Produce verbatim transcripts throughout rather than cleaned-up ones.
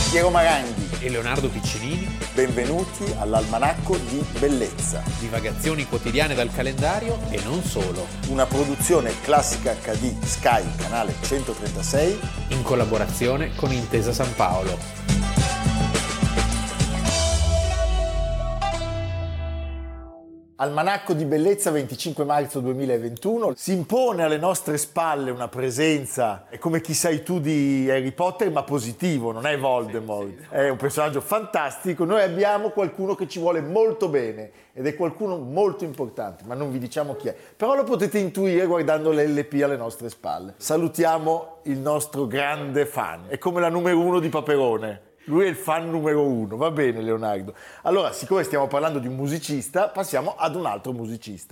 Piero Maranghi e Leonardo Piccinini. Benvenuti all'Almanacco di Bellezza. Divagazioni quotidiane dal calendario e non solo. Una produzione Classica acca di Sky, canale centotrentasei. In collaborazione con Intesa San Paolo. Almanacco di Bellezza, venticinque marzo duemilaventuno. Si impone alle nostre spalle una presenza, è come chi sei tu di Harry Potter, ma positivo, non è Voldemort. Sì, sì. È un personaggio fantastico. Noi abbiamo qualcuno che ci vuole molto bene ed è qualcuno molto importante, ma non vi diciamo chi è. Però lo potete intuire guardando l'L P alle nostre spalle. Salutiamo il nostro grande fan. È come la numero uno di Paperone. Lui è il fan numero uno, va bene Leonardo. Allora, siccome stiamo parlando di un musicista, passiamo ad un altro musicista.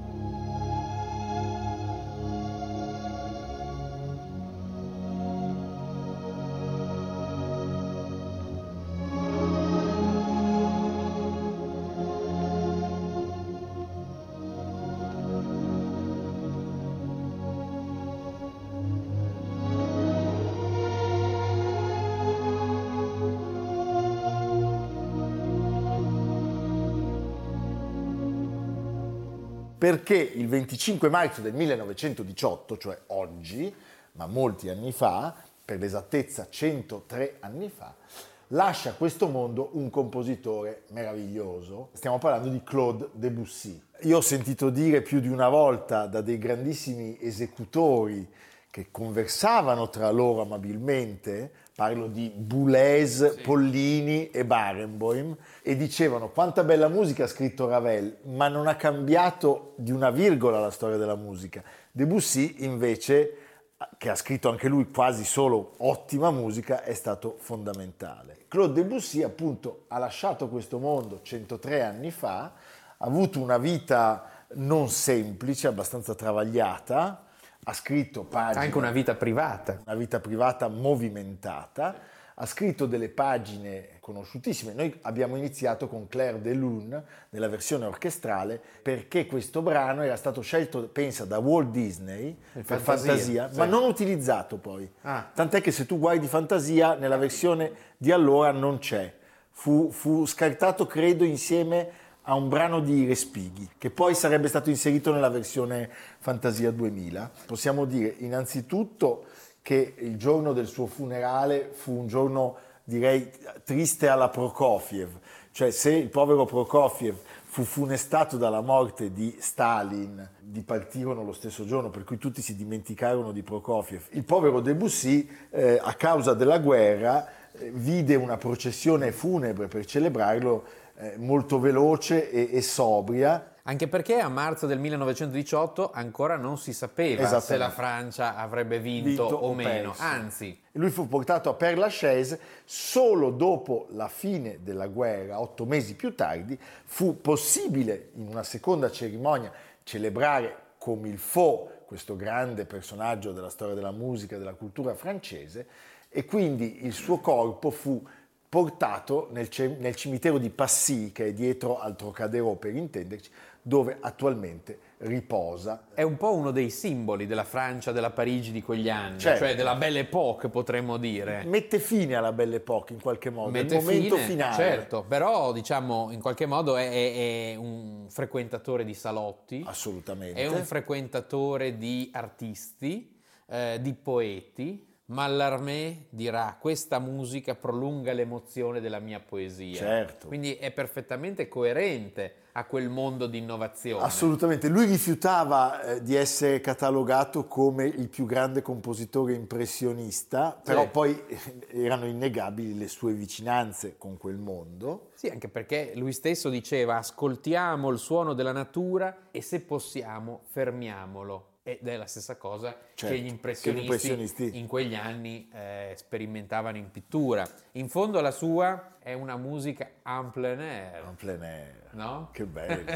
Perché il venticinque marzo del millenovecentodiciotto, cioè oggi, ma molti anni fa, per l'esattezza centotré anni fa, lascia questo mondo un compositore meraviglioso. Stiamo parlando di Claude Debussy. Io ho sentito dire più di una volta da dei grandissimi esecutori che conversavano tra loro amabilmente, parlo di Boulez, sì. Pollini e Barenboim, e dicevano quanta bella musica ha scritto Ravel, ma non ha cambiato di una virgola la storia della musica. Debussy invece, che ha scritto anche lui quasi solo ottima musica, è stato fondamentale. Claude Debussy appunto ha lasciato questo mondo centotré anni fa, ha avuto una vita non semplice, abbastanza travagliata, ha scritto pagine... Anche una vita privata. Una vita privata movimentata. Ha scritto delle pagine conosciutissime. Noi abbiamo iniziato con Clair de Lune, nella versione orchestrale, perché questo brano era stato scelto, pensa, da Walt Disney, Il per Fantasia, Fantasia, sì. ma non utilizzato poi. Ah. Tant'è che se tu guardi Fantasia, nella versione di allora non c'è. Fu, fu scartato, credo, insieme a un brano di Respighi, che poi sarebbe stato inserito nella versione Fantasia duemila. Possiamo dire innanzitutto che il giorno del suo funerale fu un giorno, direi, triste alla Prokofiev, cioè se il povero Prokofiev fu funestato dalla morte di Stalin, dipartirono lo stesso giorno, per cui tutti si dimenticarono di Prokofiev. Il povero Debussy, eh, a causa della guerra, eh, vide una processione funebre per celebrarlo eh, molto veloce e, e sobria. Anche perché a marzo del millenovecentodiciotto ancora non si sapeva se la Francia avrebbe vinto, vinto o, o meno, perso. Anzi. Lui fu portato a Père Lachaise solo dopo la fine della guerra, otto mesi più tardi, fu possibile in una seconda cerimonia celebrare come il Faux, questo grande personaggio della storia della musica e della cultura francese, e quindi il suo corpo fu portato nel, nel cimitero di Passy, che è dietro al Trocadero per intenderci, dove attualmente riposa. È un po' uno dei simboli della Francia, della Parigi di quegli anni, certo. Cioè della Belle Époque, potremmo dire. Mette fine alla Belle Époque in qualche modo, Mette il momento fine, finale. Certo, però diciamo in qualche modo è, è, è un frequentatore di salotti. Assolutamente. È un frequentatore di artisti, eh, di poeti. Mallarmé dirà: questa musica prolunga l'emozione della mia poesia. Certo. Quindi è perfettamente coerente a quel mondo di innovazione. Assolutamente. Lui rifiutava eh, di essere catalogato come il più grande compositore impressionista, però sì. Poi eh, erano innegabili le sue vicinanze con quel mondo. Sì, anche perché lui stesso diceva: ascoltiamo il suono della natura e se possiamo fermiamolo. Ed è la stessa cosa certo, che gli impressionisti, che gli impressionisti in quegli anni eh, sperimentavano in pittura. In fondo la sua è una musica en plein air. En plein air, no? Che bello.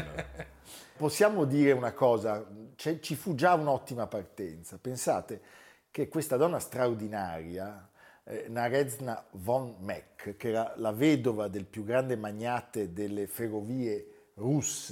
Possiamo dire una cosa, C'è, ci fu già un'ottima partenza. Pensate che questa donna straordinaria, eh, Narezhda von Meck, che era la vedova del più grande magnate delle ferrovie russe,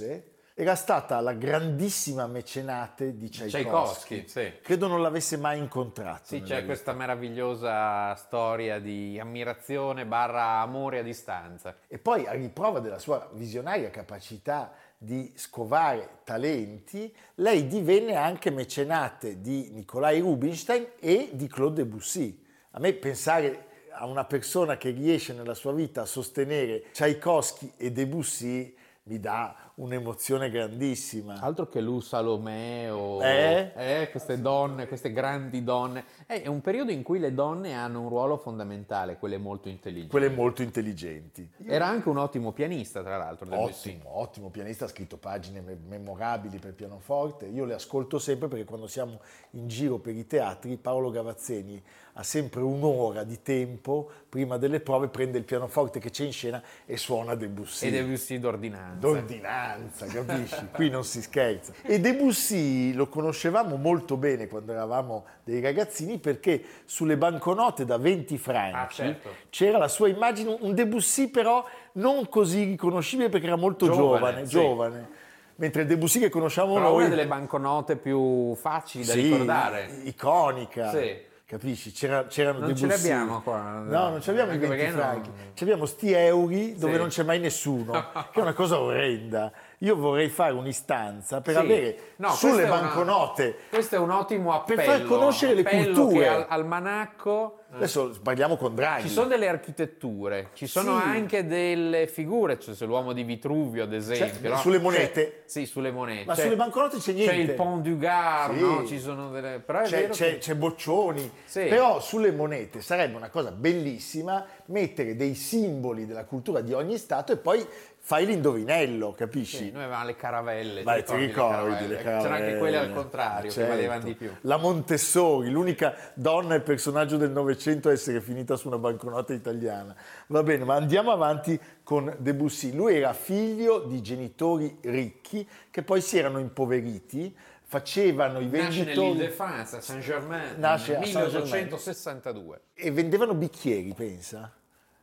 Era stata la grandissima mecenate di Tchaikovsky. Tchaikovsky, sì. Credo non l'avesse mai incontrato. Sì, nella c'è vita. questa meravigliosa storia di ammirazione barra amore a distanza. E poi a riprova della sua visionaria capacità di scovare talenti, lei divenne anche mecenate di Nikolai Rubinstein e di Claude Debussy. A me pensare a una persona che riesce nella sua vita a sostenere Tchaikovsky e Debussy mi dà un'emozione grandissima. Altro che Lou Salomè o Eh? eh, queste donne, queste grandi donne. Eh, è un periodo in cui le donne hanno un ruolo fondamentale, quelle molto intelligenti. Quelle molto intelligenti. Era anche un ottimo pianista, tra l'altro. Debussy. Ottimo, ottimo pianista, ha scritto pagine me- memorabili per pianoforte. Io le ascolto sempre perché quando siamo in giro per i teatri, Paolo Gavazzeni ha sempre un'ora di tempo prima delle prove, prende il pianoforte che c'è in scena e suona Debussy. E Debussy d'ordinanza. D'ordinanza, capisci? Qui non si scherza. E Debussy lo conoscevamo molto bene quando eravamo dei ragazzini perché sulle banconote da venti franchi Ah, certo. c'era la sua immagine, un Debussy però non così riconoscibile perché era molto Giovane, giovane, sì. giovane. Mentre il Debussy che conosciamo Però noi... una delle banconote più facili da sì, ricordare. iconica. Sì. Capisci? C'era, c'erano Non ce Debussy. li abbiamo qua. No, non ce l'abbiamo i Anche venti perché franchi. non- Ci abbiamo sti euro dove Sì. non c'è mai nessuno, che è una cosa orrenda. Io vorrei fare un'istanza per Sì. avere No, sulle questo è una- banconote. Questo è un ottimo appello. Per far conoscere le appello culture. Che al, almanacco. Adesso parliamo con Draghi. Ci sono delle architetture, ci sono Sì. anche delle figure, cioè se l'uomo di Vitruvio ad esempio. Cioè, no? sulle monete. C'è- sì, sulle monete. Ma C'è- sulle banconote c'è niente. C'è il Pont du Gard, Sì. no? Ci sono delle... Però è C'è, vero c'è- che- c'è Boccioni, Sì. però sulle monete sarebbe una cosa bellissima mettere dei simboli della cultura di ogni stato e poi fai l'indovinello, capisci? Sì, noi avevamo le caravelle, Vai, ti ricordi le le caravelle? C'erano anche quelle al contrario, Certo. che valevano di più. La Montessori, l'unica donna e personaggio del Novecento a essere finita su una banconota italiana. Va bene, ma andiamo avanti con Debussy. Lui era figlio di genitori ricchi che poi si erano impoveriti, facevano i Nasce venditori nell'Île-de-France, a Saint-Germain, Nasce a nel Saint-Germain. milleottocentosessantadue. e vendevano bicchieri, pensa.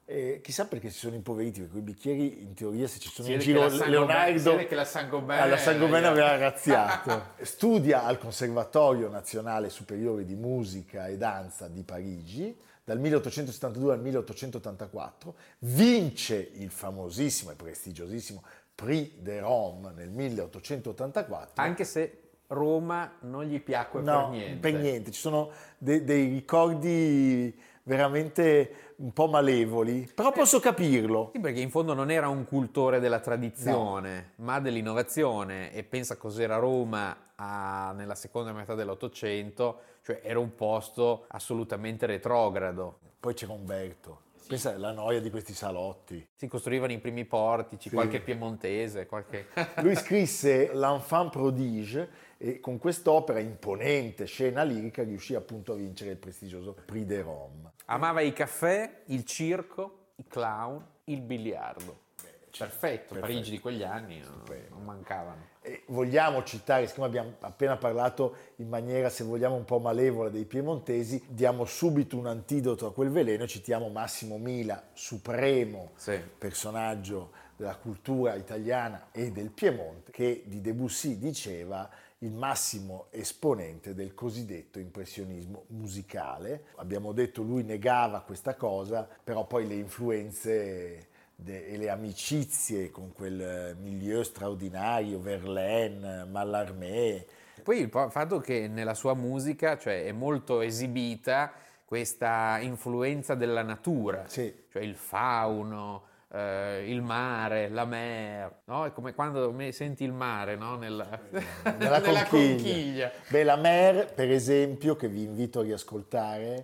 E chissà perché si sono impoveriti, perché i bicchieri in teoria se ci sono Si in vede giro che la Saint-Gobain- Leonardo si vede che la Saint-Gobain alla Saint-Gobain era- aveva razziato. Studia al Conservatorio Nazionale Superiore di Musica e Danza di Parigi dal milleottocentosettantadue al milleottocentottantaquattro, vince il famosissimo e prestigiosissimo Prix de Rome nel milleottocentottantaquattro. Anche se Roma non gli piacque No, per niente. per niente, ci sono de- dei ricordi veramente un po' malevoli, però posso capirlo. Sì, perché in fondo non era un cultore della tradizione, ma dell'innovazione, e pensa cos'era Roma a- nella seconda metà dell'Ottocento, cioè era un posto assolutamente retrogrado. Poi c'era Umberto, pensa alla noia di questi salotti. Si costruivano i primi portici, qualche piemontese, qualche... Lui scrisse L'Enfant prodige e con quest'opera imponente scena lirica riuscì appunto a vincere il prestigioso Prix de Rome. Amava i caffè, il circo, i clown, il biliardo. Perfetto, Parigi di quegli anni no, non mancavano. E vogliamo citare, siccome abbiamo appena parlato in maniera, se vogliamo, un po' malevola dei piemontesi, diamo subito un antidoto a quel veleno, citiamo Massimo Mila, supremo Sì. personaggio della cultura italiana e del Piemonte, che di Debussy diceva il massimo esponente del cosiddetto impressionismo musicale. Abbiamo detto lui negava questa cosa, però poi le influenze de- e le amicizie con quel milieu straordinario, Verlaine, Mallarmé. Poi il po- fatto che nella sua musica, cioè, è molto esibita questa influenza della natura, Sì. cioè il fauno, eh, il mare, la mer, no? È come quando me- senti il mare, no? Nella, Nella nella conchiglia. conchiglia. Beh, la Mer, per esempio, che vi invito a riascoltare,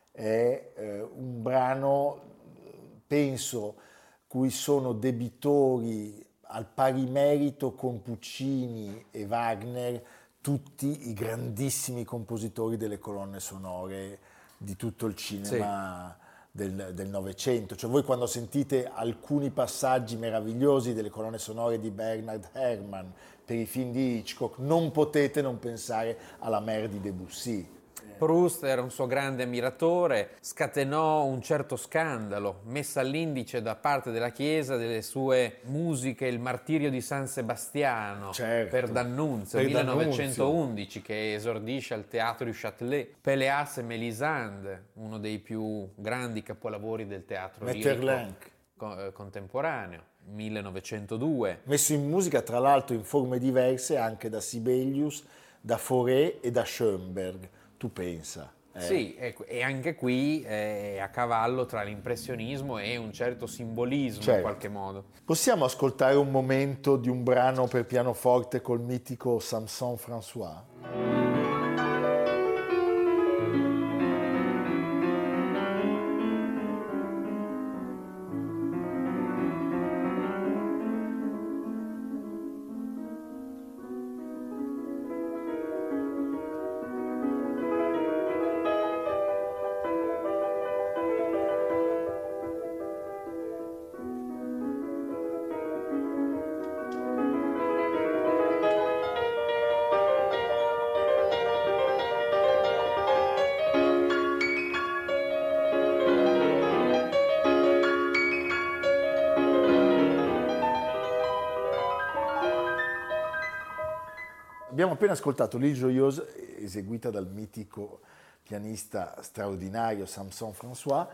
è eh, un brano, penso, cui sono debitori al pari merito con Puccini e Wagner tutti i grandissimi compositori delle colonne sonore di tutto il cinema del del Novecento. Cioè voi quando sentite alcuni passaggi meravigliosi delle colonne sonore di Bernard Herrmann per i film di Hitchcock non potete non pensare alla Mer di Debussy. Proust era un suo grande ammiratore, scatenò un certo scandalo, messa all'indice da parte della Chiesa delle sue musiche Il martirio di San Sebastiano, certo, per D'Annunzio, per millenovecentoundici, che esordisce al Teatro du Châtelet. Péléas e Mélisande, uno dei più grandi capolavori del teatro lirico co- contemporaneo, millenovecentodue. Messo in musica tra l'altro in forme diverse anche da Sibelius, da Fauré e da Schoenberg. Tu pensa. Eh. Sì, e, e anche qui è a cavallo tra l'impressionismo e un certo simbolismo, certo, in qualche modo. Possiamo ascoltare un momento di un brano per pianoforte col mitico Samson François? Abbiamo appena ascoltato L'Île Joyeuse, eseguita dal mitico pianista straordinario Samson François.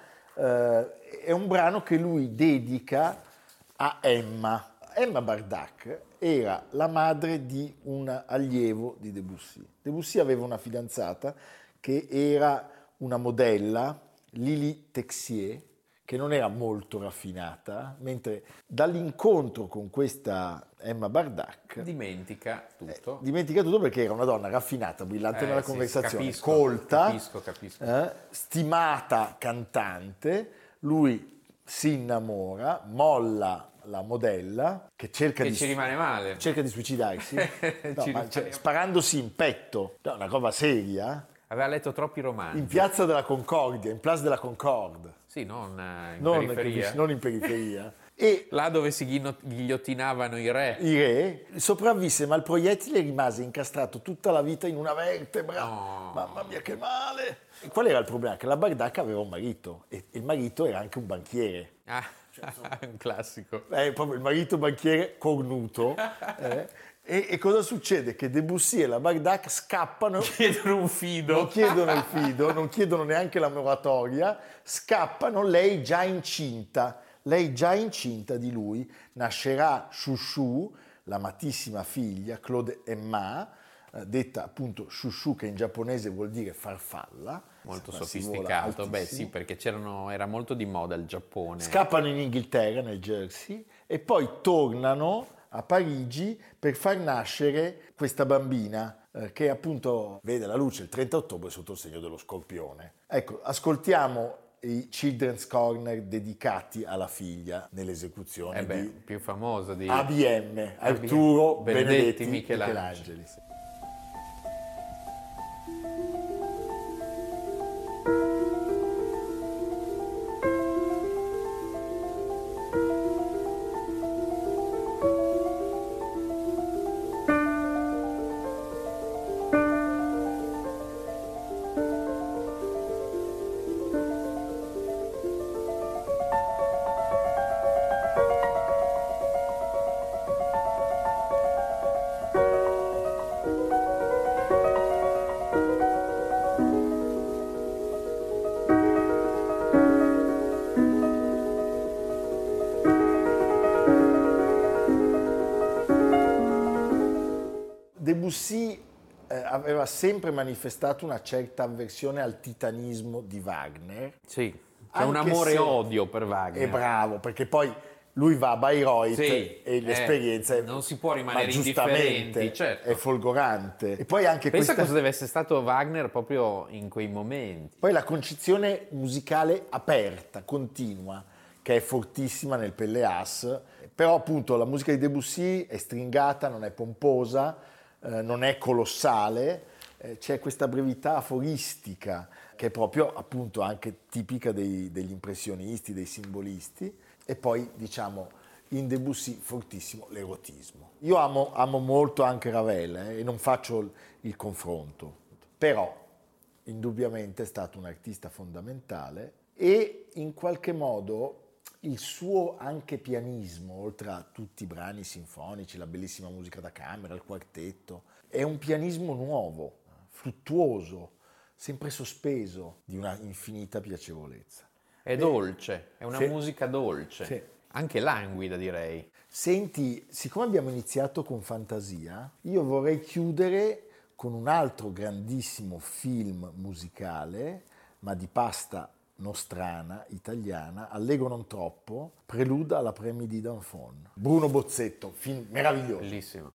Eh, è un brano che lui dedica a Emma. Emma Bardac era la madre di un allievo di Debussy. Debussy aveva una fidanzata che era una modella, Lili Texier, che non era molto raffinata, mentre dall'incontro con questa Emma Bardac dimentica tutto. Eh, dimentica tutto perché era una donna raffinata, brillante eh, nella sì, conversazione, capisco, colta, capisco, capisco. Eh, stimata cantante. Lui si innamora, molla la modella che cerca che di ci rimane male. cerca di suicidarsi, no, Ci ma, rimane... cioè, sparandosi in petto, no, una roba seria. Aveva letto troppi romanzi. In piazza della Concordia, in Place de la Concorde. Sì, non in non, periferia. Non in periferia. E là dove si ghigliottinavano i re. I re sopravvisse, ma il proiettile rimase incastrato tutta la vita in una vertebra. No. Mamma mia, che male! E qual era il problema? Che la Bardac aveva un marito e il marito era anche un banchiere. Ah, cioè, insomma, un classico. Eh, proprio il marito banchiere cornuto. Eh. E, e cosa succede? Che Debussy e la Bardac scappano, chiedono un fido, non chiedono il fido, non chiedono neanche la moratoria, scappano, lei già incinta, lei già incinta di lui, nascerà Chouchou, l'amatissima figlia, Claude Emma, eh, detta appunto Chouchou, che in giapponese vuol dire farfalla. Molto sofisticato, beh sì, perché c'erano, era molto di moda il Giappone. Scappano in Inghilterra, nel Jersey, e poi tornano a Parigi per far nascere questa bambina eh, che appunto vede la luce il trenta ottobre sotto il segno dello Scorpione. Ecco, ascoltiamo i Children's Corner dedicati alla figlia nell'esecuzione eh beh, di più famoso di A B M, Arturo Benedetti, Benedetti Michelangeli. Michelangeli. Debussy eh, aveva sempre manifestato una certa avversione al titanismo di Wagner. Sì, c'è un amore e se... odio per Wagner. È bravo, perché poi lui va a Bayreuth sì, e l'esperienza eh, è, non si può rimanere ma giustamente indifferenti, certo. È folgorante. E poi anche pensa questa... cosa deve essere stato Wagner proprio in quei momenti. Poi la concezione musicale aperta, continua, che è fortissima nel Pelléas, però appunto la musica di Debussy è stringata, non è pomposa, eh, non è colossale, eh, c'è questa brevità aforistica che è proprio appunto anche tipica dei, degli impressionisti, dei simbolisti, e poi diciamo in Debussy fortissimo l'erotismo. Io amo, amo molto anche Ravel eh, e non faccio il, il confronto, però indubbiamente è stato un artista fondamentale e in qualche modo il suo anche pianismo, oltre a tutti i brani sinfonici, la bellissima musica da camera, il quartetto, è un pianismo nuovo, fruttuoso, sempre sospeso, di una infinita piacevolezza. È dolce, è una Sì. musica dolce, Sì. anche languida direi. Senti, siccome abbiamo iniziato con Fantasia, io vorrei chiudere con un altro grandissimo film musicale, ma di pasta nostrana, italiana, Allegro non troppo, Preluda alla Premi di Danfon. Bruno Bozzetto, film meraviglioso. Bellissimo.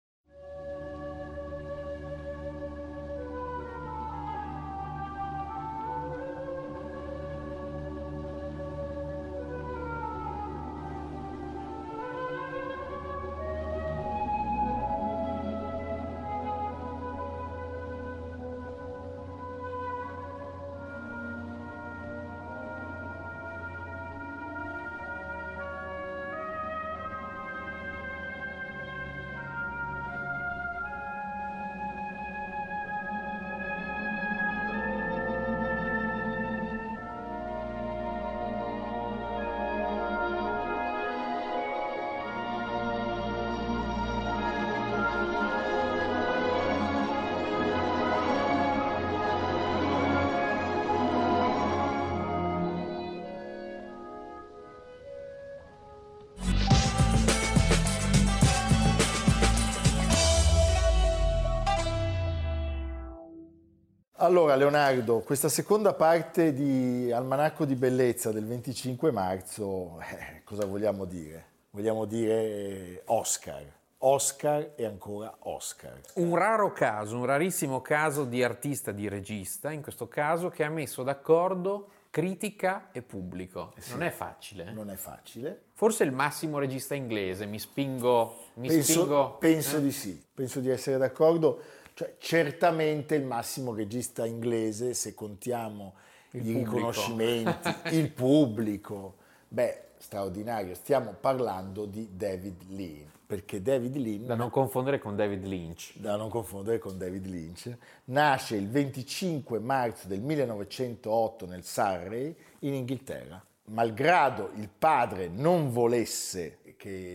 Allora Leonardo, questa seconda parte di Almanacco di Bellezza del venticinque marzo, eh, cosa vogliamo dire? Vogliamo dire Oscar. Oscar e ancora Oscar. Un raro caso, un rarissimo caso di artista, di regista, in questo caso, che ha messo d'accordo critica e pubblico. Sì. Non è facile. Non è facile. Forse il massimo regista inglese, mi spingo... Mi penso spingo penso eh? di sì, penso di essere d'accordo. Cioè, certamente il massimo regista inglese, se contiamo Il i pubblico. riconoscimenti, il pubblico, beh, straordinario. Stiamo parlando di David Lean, perché David Lean, Da non confondere con David Lynch. da non confondere con David Lynch, nasce il venticinque marzo del millenovecentootto nel Surrey, in Inghilterra. Malgrado il padre non volesse che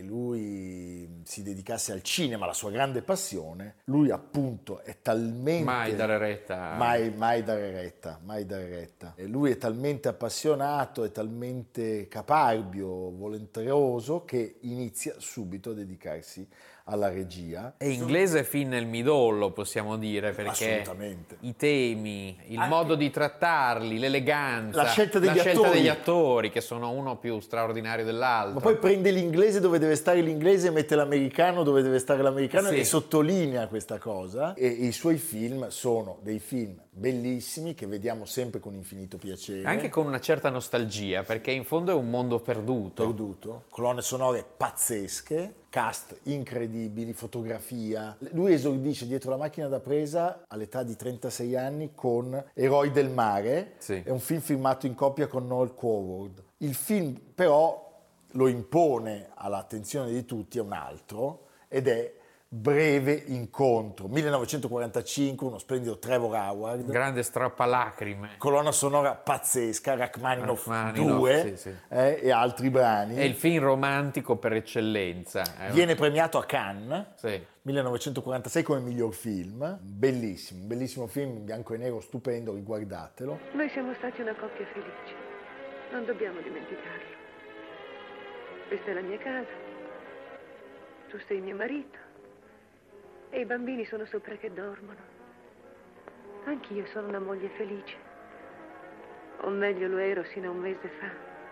lui si dedicasse al cinema, la sua grande passione, lui appunto è talmente... Mai dare retta. Mai, mai dare retta, mai dare retta. E lui è talmente appassionato, è talmente caparbio, volenteroso, che inizia subito a dedicarsi alla regia. È inglese fin nel midollo, possiamo dire, perché Assolutamente. i temi, il Anche- modo di trattarli, l'eleganza, La scelta degli scelta attori. degli attori, che sono uno più straordinario dell'altro. Ma poi prende l'inglese dove deve stare l'inglese e mette l'americano dove deve stare l'americano Sì. e sottolinea questa cosa. E i suoi film sono dei film bellissimi che vediamo sempre con infinito piacere. Anche con una certa nostalgia, perché in fondo è un mondo perduto. Perduto, colonne sonore pazzesche, cast incredibili, fotografia. Lui esordisce dietro la macchina da presa all'età di trentasei anni con Eroi del mare, Sì. è un film filmato in coppia con Noel Coward. Il film però lo impone all'attenzione di tutti, è un altro, ed è Breve incontro, millenovecentoquarantacinque, uno splendido Trevor Howard. Grande strappalacrime. Colonna sonora pazzesca, Rachmaninoff Rachmaninoff, due sì, sì. eh, e altri brani. È il film romantico per eccellenza. È un- Viene premiato a Cannes, Sì. millenovecentoquarantasei, come miglior film. Bellissimo, bellissimo film in bianco e nero, stupendo, riguardatelo. Noi siamo stati una coppia felice, non dobbiamo dimenticarlo. Questa è la mia casa, tu sei mio marito e i bambini sono sopra che dormono. Anch'io sono una moglie felice, o meglio lo ero sino a un mese fa.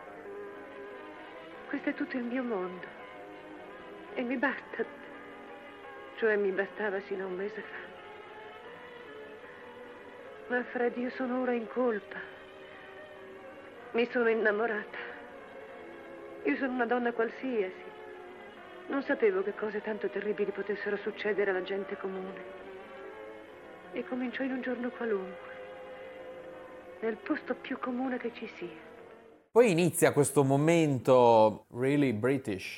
Questo è tutto il mio mondo e mi basta, cioè mi bastava sino a un mese fa. Ma Fred, io sono ora in colpa. Mi sono innamorata. Io sono una donna qualsiasi. Non sapevo che cose tanto terribili potessero succedere alla gente comune. E cominciò in un giorno qualunque, nel posto più comune che ci sia. Poi inizia questo momento really British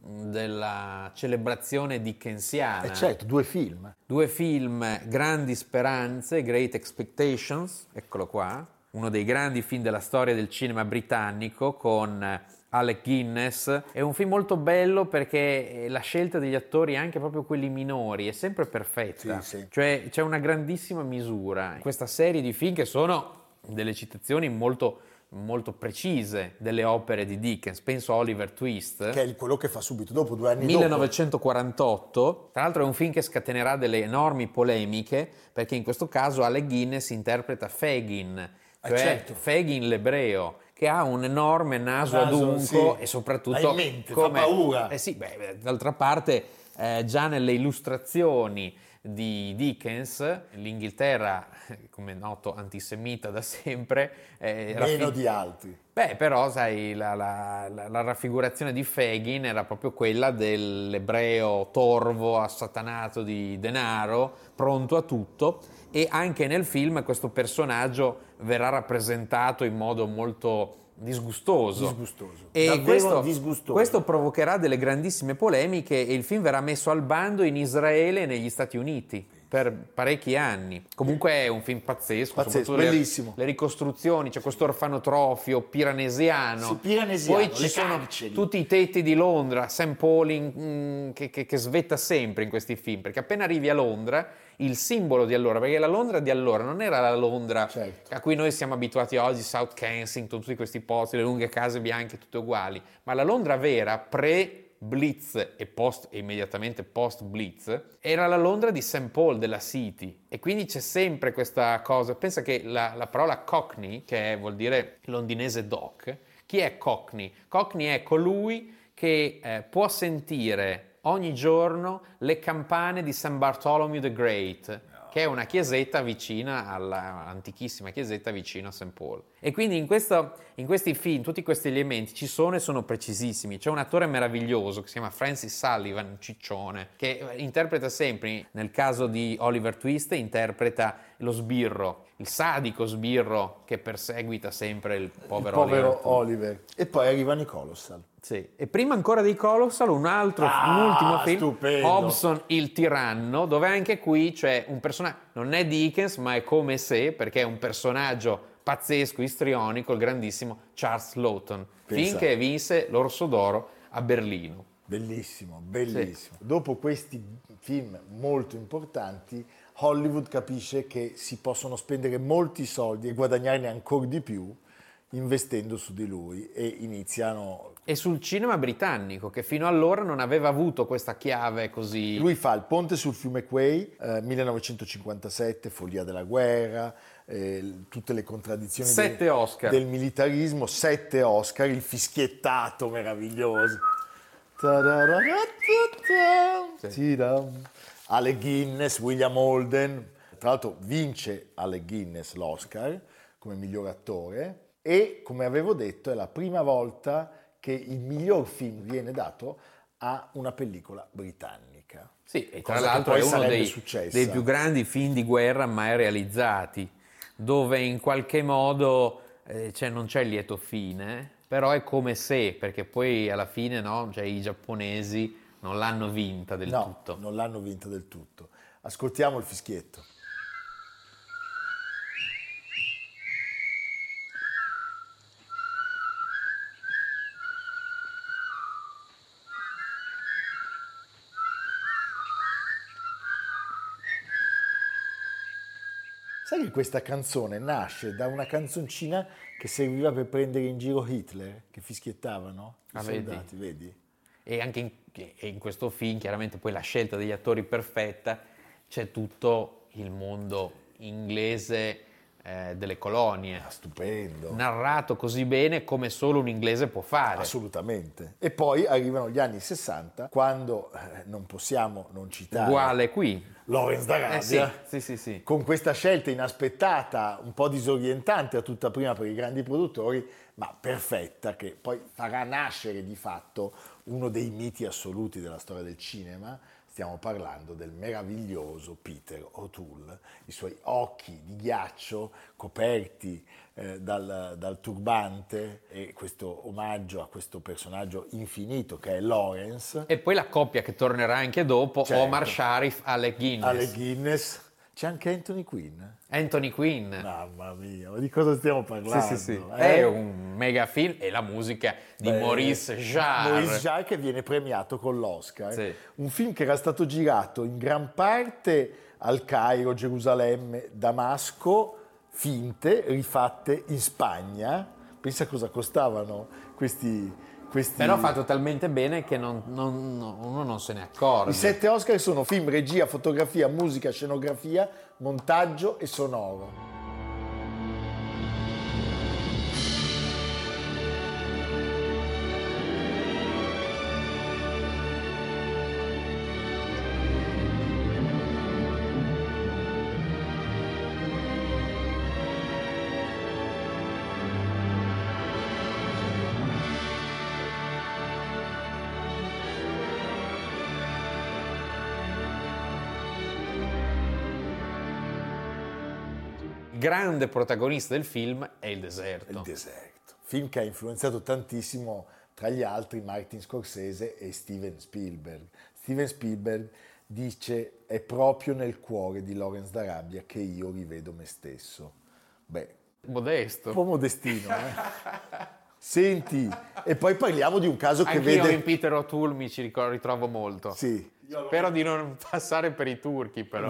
della celebrazione dickensiana. E certo, due film. Due film, Grandi Speranze, Great Expectations, eccolo qua, uno dei grandi film della storia del cinema britannico con Alec Guinness. È un film molto bello perché la scelta degli attori, anche proprio quelli minori, è sempre perfetta. Sì, sì. Cioè c'è una grandissima misura. Questa serie di film che sono delle citazioni molto, molto precise delle opere di Dickens. Penso a Oliver Twist. Che è quello che fa subito dopo, due anni millenovecentoquarantotto. Tra l'altro è un film che scatenerà delle enormi polemiche perché in questo caso Alec Guinness interpreta Fagin, cioè eh certo. Fagin l'ebreo, che ha un enorme naso, naso adunco sì. e soprattutto in mente, come, fa paura. Eh sì, beh, d'altra parte eh, già nelle illustrazioni di Dickens, l'Inghilterra, come è noto, antisemita da sempre, eh, meno raffi- di altri. Beh, però, sai, la, la, la, la raffigurazione di Fagin era proprio quella dell'ebreo torvo, assatanato di denaro, pronto a tutto, e anche nel film questo personaggio verrà rappresentato in modo molto disgustoso. Disgustoso. E Davvero questo, disgustoso. questo provocherà delle grandissime polemiche e il film verrà messo al bando in Israele e negli Stati Uniti per parecchi anni. Comunque è un film pazzesco, Pazzesco, soprattutto bellissimo. Le, le ricostruzioni, c'è questo orfanotrofio piranesiano. Sì, piranesiano, Poi ci le sono carceri. tutti i tetti di Londra, Saint Paul in- mm, che, che, che svetta sempre in questi film, perché appena arrivi a Londra, il simbolo di allora, perché la Londra di allora non era la Londra Certo. a cui noi siamo abituati oggi, South Kensington, tutti questi posti, le lunghe case bianche, tutte uguali, ma la Londra vera, pre Blitz e, post, e immediatamente post Blitz, era la Londra di Saint Paul, della City, e quindi c'è sempre questa cosa. Pensa che la, la parola Cockney, che è, vuol dire londinese doc, chi è Cockney? Cockney è colui che eh, può sentire ogni giorno le campane di Saint Bartholomew the Great, che è una chiesetta vicina alla antichissima chiesetta vicino a Saint Paul. E quindi in, questo, in questi film tutti questi elementi ci sono e sono precisissimi. C'è un attore meraviglioso che si chiama Francis Sullivan, un ciccione, che interpreta sempre, nel caso di Oliver Twist, interpreta lo sbirro, il sadico sbirro che perseguita sempre il povero, il povero Oliver. Oliver. E poi arrivano i Colossal. Sì. E prima ancora dei Colossal un altro, Ah, un ultimo film, stupendo. Hobson il tiranno, dove anche qui c'è un personaggio, non è Dickens ma è come se, perché è un personaggio pazzesco, istrionico, il grandissimo Charles Lawton, Pensa. finché vinse l'Orso d'Oro a Berlino. Bellissimo, bellissimo. Sì. Dopo questi film molto importanti, Hollywood capisce che si possono spendere molti soldi e guadagnarne ancora di più investendo su di lui, e iniziano... E sul cinema britannico, che fino allora non aveva avuto questa chiave così... Lui fa Il ponte sul fiume Quay, eh, millenovecentocinquantasette, Follia della guerra, eh, tutte le contraddizioni sette del, Oscar. del militarismo, sette Oscar, il fischiettato meraviglioso. Sì. Alec Guinness, William Holden, tra l'altro vince Alec Guinness l'Oscar come miglior attore, e come avevo detto è la prima volta che il miglior film viene dato a una pellicola britannica. Sì, e tra Cosa l'altro che è poi uno sarebbe dei, successa. dei più grandi film di guerra mai realizzati, dove in qualche modo eh, cioè non c'è il lieto fine, però è come se, perché poi alla fine no, cioè, i giapponesi non l'hanno vinta del no, tutto. non l'hanno vinta del tutto. Ascoltiamo il fischietto. Sai che questa canzone nasce da una canzoncina che serviva per prendere in giro Hitler, che fischiettavano i Ah, soldati, vedi? vedi? E anche in, e in questo film, chiaramente poi la scelta degli attori perfetta, c'è tutto il mondo inglese eh, delle colonie. Ah, stupendo. Narrato così bene come solo un inglese può fare. Assolutamente. E poi arrivano gli anni sessanta, quando eh, non possiamo non citare... Uguale qui. Lawrence d'Arabia, Eh sì, sì, sì, sì. con questa scelta inaspettata, un po' disorientante a tutta prima per i grandi produttori, ma perfetta, che poi farà nascere di fatto uno dei miti assoluti della storia del cinema. Stiamo parlando del meraviglioso Peter O'Toole, i suoi occhi di ghiaccio coperti eh, dal, dal turbante e questo omaggio a questo personaggio infinito che è Lawrence. E poi la coppia che tornerà anche dopo, Certo. Omar Sharif, Alec Guinness. Alec Guinness. C'è anche Anthony Quinn. Anthony Quinn. Mamma mia, ma di cosa stiamo parlando? Sì, sì, sì. eh? È un mega film e la musica di Beh, Maurice Jarre. Maurice Jarre che viene premiato con l'Oscar. Sì. Un film che era stato girato in gran parte al Cairo, Gerusalemme, Damasco, finte, rifatte in Spagna. Pensa cosa costavano questi... Questi... Però fatto talmente bene che non, non, uno non se ne accorge. I sette Oscar sono film, regia, fotografia, musica, scenografia, montaggio e sonoro. Grande protagonista del film è il deserto. Il deserto. Film che ha influenzato tantissimo, tra gli altri, Martin Scorsese e Steven Spielberg. Steven Spielberg dice: è proprio nel cuore di Lawrence d'Arabia che io rivedo me stesso. Beh, Modesto. un po' modestino, eh? Senti, e poi parliamo di un caso che Anch'io vede... in Peter O'Toole mi ci ricordo, ritrovo molto. Sì. Spero di non passare per i turchi, però.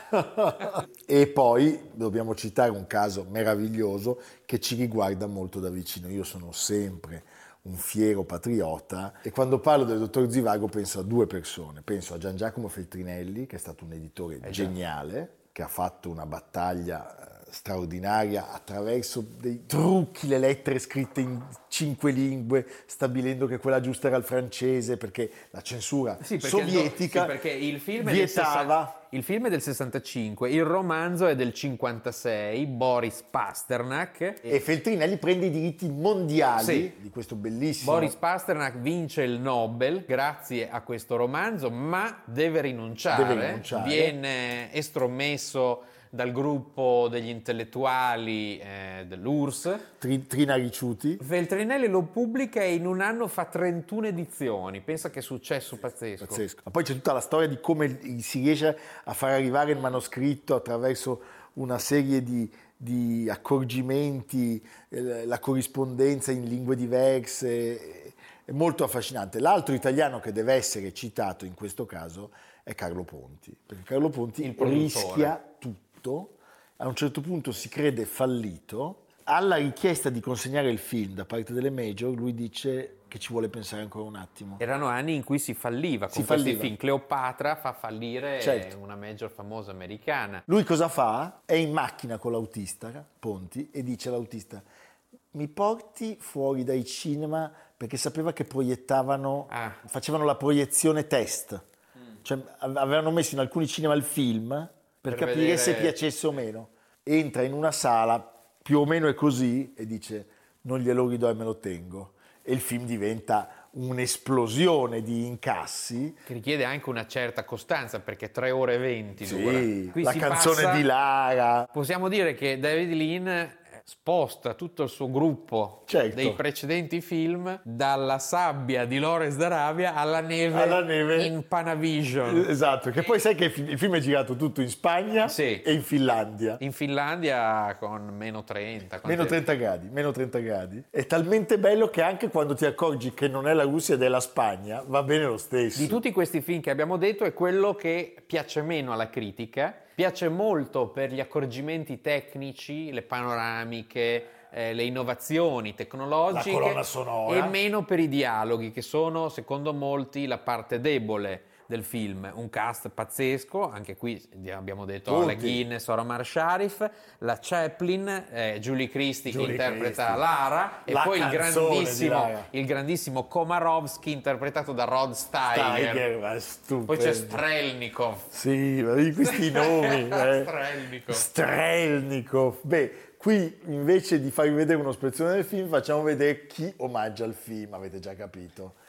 No. E poi dobbiamo citare un caso meraviglioso che ci riguarda molto da vicino. Io sono sempre un fiero patriota e quando parlo del dottor Zivago penso a due persone. Penso a Gian Giacomo Feltrinelli, che è stato un editore Eh geniale, che ha fatto una battaglia straordinaria attraverso dei trucchi, le lettere scritte in cinque lingue, stabilendo che quella giusta era il francese, perché la censura Sì, perché sovietica sì, perché il film, è del vietava... sessanta il film è del sessantacinque, il romanzo è del cinquantasei, Boris Pasternak. E Feltrinelli prende i diritti mondiali Sì. di questo bellissimo... Boris Pasternak vince il Nobel grazie a questo romanzo, ma deve rinunciare, Deve rinunciare. viene estromesso dal gruppo degli intellettuali eh, dell'U R S S. Tri- Trina Ricciuti. Feltrinelli lo pubblica e in un anno fa trentuno edizioni. Pensa che successo pazzesco. Pazzesco. Ma poi c'è tutta la storia di come si riesce a far arrivare il manoscritto attraverso una serie di, di accorgimenti, eh, la corrispondenza in lingue diverse, è molto affascinante. L'altro italiano che deve essere citato in questo caso è Carlo Ponti, perché Carlo Ponti Il produttore. rischia tutto, a un certo punto si crede fallito. Alla richiesta di consegnare il film da parte delle major, lui dice che ci vuole pensare ancora un attimo. Erano anni in cui si falliva con Si questi falliva. film. Cleopatra fa fallire Certo. una major famosa americana. Lui cosa fa? È in macchina con l'autista, Ponti, e dice all'autista: mi porti fuori dai cinema, perché sapeva che proiettavano, Ah. facevano la proiezione test. Cioè avevano messo in alcuni cinema il film per, Per capire vedere- se piacesse o meno. Entra in una sala, più o meno è così, e dice: non glielo ridò e me lo tengo. E il film diventa un'esplosione di incassi. Che richiede anche una certa costanza, perché tre ore e venti dura. Sì, Qui la si canzone passa- di Lara. Possiamo dire che David Lean sposta tutto il suo gruppo Certo. dei precedenti film dalla sabbia di Lawrence d'Arabia alla neve, Alla neve. in Panavision. Esatto, che poi sai che il film, il film è girato tutto in Spagna Sì. e in Finlandia. In Finlandia con meno trenta. quante- Meno trenta gradi, meno trenta gradi. È talmente bello che anche quando ti accorgi che non è la Russia ed è la Spagna, va bene lo stesso. Di tutti questi film che abbiamo detto è quello che piace meno alla critica, piace molto per gli accorgimenti tecnici, le panoramiche, eh, le innovazioni tecnologiche, La colonna sonora. e meno per i dialoghi, che sono secondo molti la parte debole del film. Un cast pazzesco, anche qui abbiamo detto Tutti. Alec Guinness, Omar Sharif, la Chaplin, eh, Julie Christie che Julie interpreta Christie. Lara, e La poi il canzone di grandissimo, Lara. il grandissimo Komarovsky interpretato da Rod Steiger. Tiger, ma è stupendo. Poi c'è Strelnikov. Sì, ma di questi nomi. eh. Strelnikov. Strelnikov. Beh, qui invece di farvi vedere uno spezzone del film, facciamo vedere chi omaggia il film, avete già capito.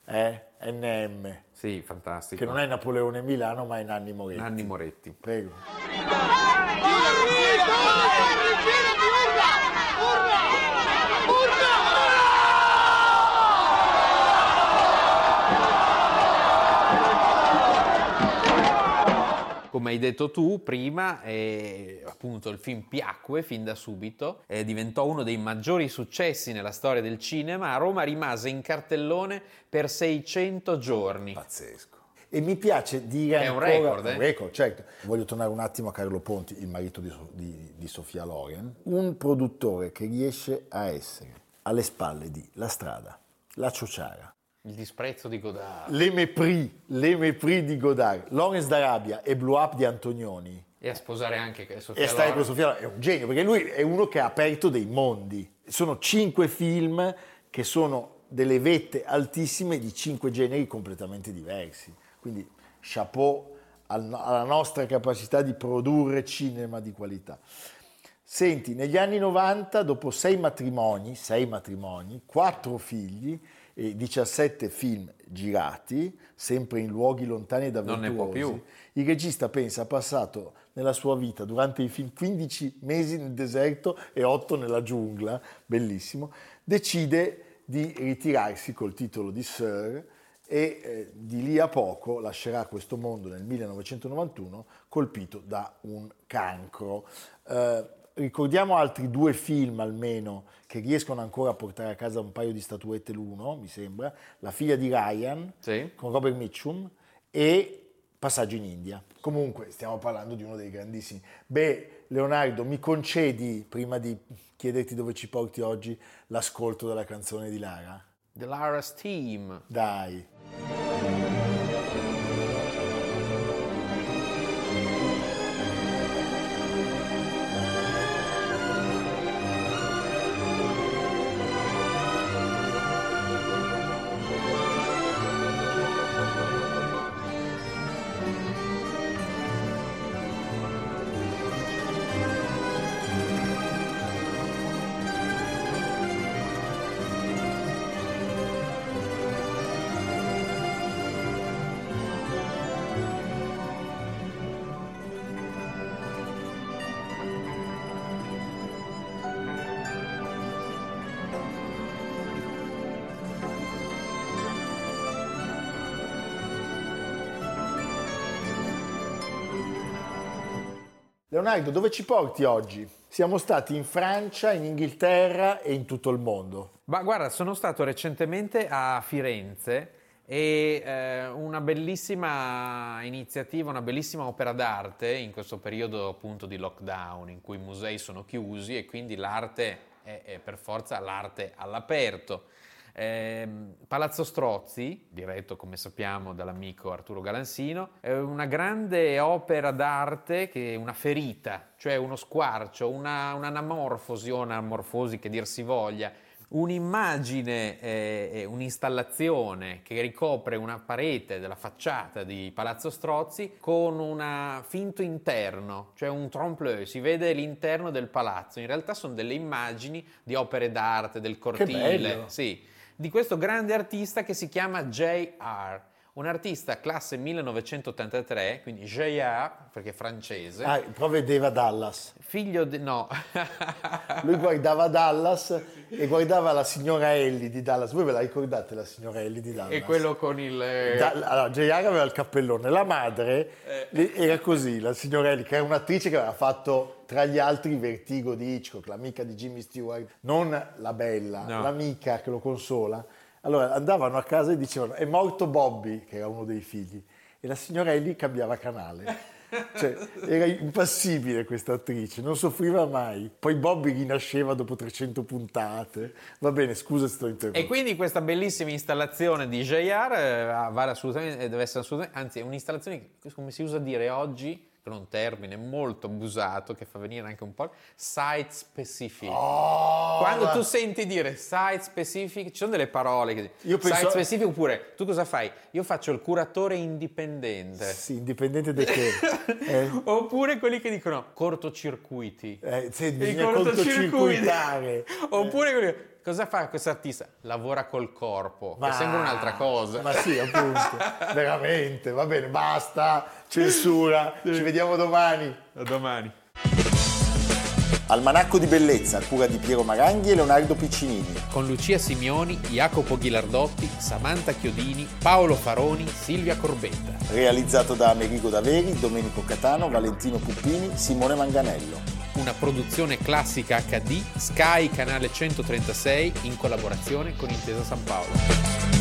Eh? N M. Sì, fantastico. Che non è Napoleone Milano, ma è Nanni Moretti. Nanni Moretti. Prego. Come hai detto tu prima, eh, appunto il film piacque fin da subito, eh, diventò uno dei maggiori successi nella storia del cinema. A Roma rimase in cartellone per seicento giorni. Pazzesco. E mi piace dire È ancora, un record, eh? un record, certo. Voglio tornare un attimo a Carlo Ponti, il marito di, di, di Sofia Loren, un produttore che riesce a essere alle spalle di La Strada, La Ciociara, Il disprezzo di Godard. Le Mépris, Le Mépris di Godard, Lawrence d'Arabia e Blow Up di Antonioni. E a sposare anche Sofia E stare Loren. con Sofia Loren è un genio, perché lui è uno che ha aperto dei mondi. Sono cinque film che sono delle vette altissime di cinque generi completamente diversi. Quindi chapeau alla nostra capacità di produrre cinema di qualità. Senti, negli anni novanta, dopo sei matrimoni, sei matrimoni, quattro figli e diciassette film girati, sempre in luoghi lontani ed avventurosi, Non ne può più. il regista pensa ha passato nella sua vita, durante i film, quindici mesi nel deserto e otto nella giungla, bellissimo, decide di ritirarsi col titolo di Sir e eh, di lì a poco lascerà questo mondo nel millenovecentonovantuno colpito da un cancro. Eh, ricordiamo altri due film almeno che riescono ancora a portare a casa un paio di statuette l'uno, mi sembra, La figlia di Ryan, Sì. con Robert Mitchum, e Passaggio in India. Comunque stiamo parlando di uno dei grandissimi. Beh, Leonardo, mi concedi, prima di chiederti dove ci porti oggi, l'ascolto della canzone di Lara? The Lara's Team. Dai. Leonardo, dove ci porti oggi? Siamo stati in Francia, in Inghilterra e in tutto il mondo. Ma guarda, sono stato recentemente a Firenze e eh, una bellissima iniziativa, una bellissima opera d'arte in questo periodo appunto di lockdown in cui i musei sono chiusi e quindi l'arte è, è per forza l'arte all'aperto. Eh, Palazzo Strozzi, diretto come sappiamo dall'amico Arturo Galansino, è una grande opera d'arte che è una ferita, cioè uno squarcio, una, un'anamorfosi o un'amorfosi che dir si voglia, un'immagine, eh, un'installazione che ricopre una parete della facciata di Palazzo Strozzi con un finto interno, cioè un trompe-l'œil, si vede l'interno del palazzo, in realtà sono delle immagini di opere d'arte, del cortile, sì, di questo grande artista che si chiama J R, un artista classe millenovecentottantatré, quindi J R perché è francese. Ah, però vedeva Dallas. Figlio di... no. Lui guardava Dallas e guardava la signora Ellie di Dallas. Voi ve la ricordate la signora Ellie di Dallas? E quello con il... Da, allora, J R aveva il cappellone, la madre eh. era così, la signora Ellie, che era un'attrice che aveva fatto tra gli altri Vertigo di Hitchcock, l'amica di Jimmy Stewart, non la bella, no. L'amica che lo consola. Allora andavano a casa e dicevano è morto Bobby, che era uno dei figli, e la signora Ellie cambiava canale. Cioè, era impassibile questa attrice, non soffriva mai. Poi Bobby rinasceva dopo trecento puntate. Va bene, scusa se sto interrompendo. E quindi questa bellissima installazione di J R eh, vale assolutamente, deve essere assolutamente, anzi è un'installazione che, come si usa dire oggi, con un termine molto abusato che fa venire anche un po' site specific. Oh, quando ma... tu senti dire site specific, ci sono delle parole che Io penso... site specific, oppure tu cosa fai? Io faccio il curatore indipendente. Sì, indipendente da che? eh. Oppure quelli che dicono cortocircuiti. Eh, se bisogna cortocircuitare. Oppure quelli Cosa fa questo artista? Lavora col corpo, Ma- che sembra un'altra cosa. Ma sì, appunto, veramente, va bene, basta, censura, ci vediamo domani. A domani. Almanacco di bellezza, a cura di Piero Maranghi e Leonardo Piccinini. Con Lucia Simioni, Jacopo Ghilardotti, Samantha Chiodini, Paolo Faroni, Silvia Corbetta. Realizzato da Amerigo Daveri, Domenico Catano, Valentino Puppini, Simone Manganello. Una produzione classica acca di Sky Canale centotrentasei in collaborazione con Intesa San Paolo.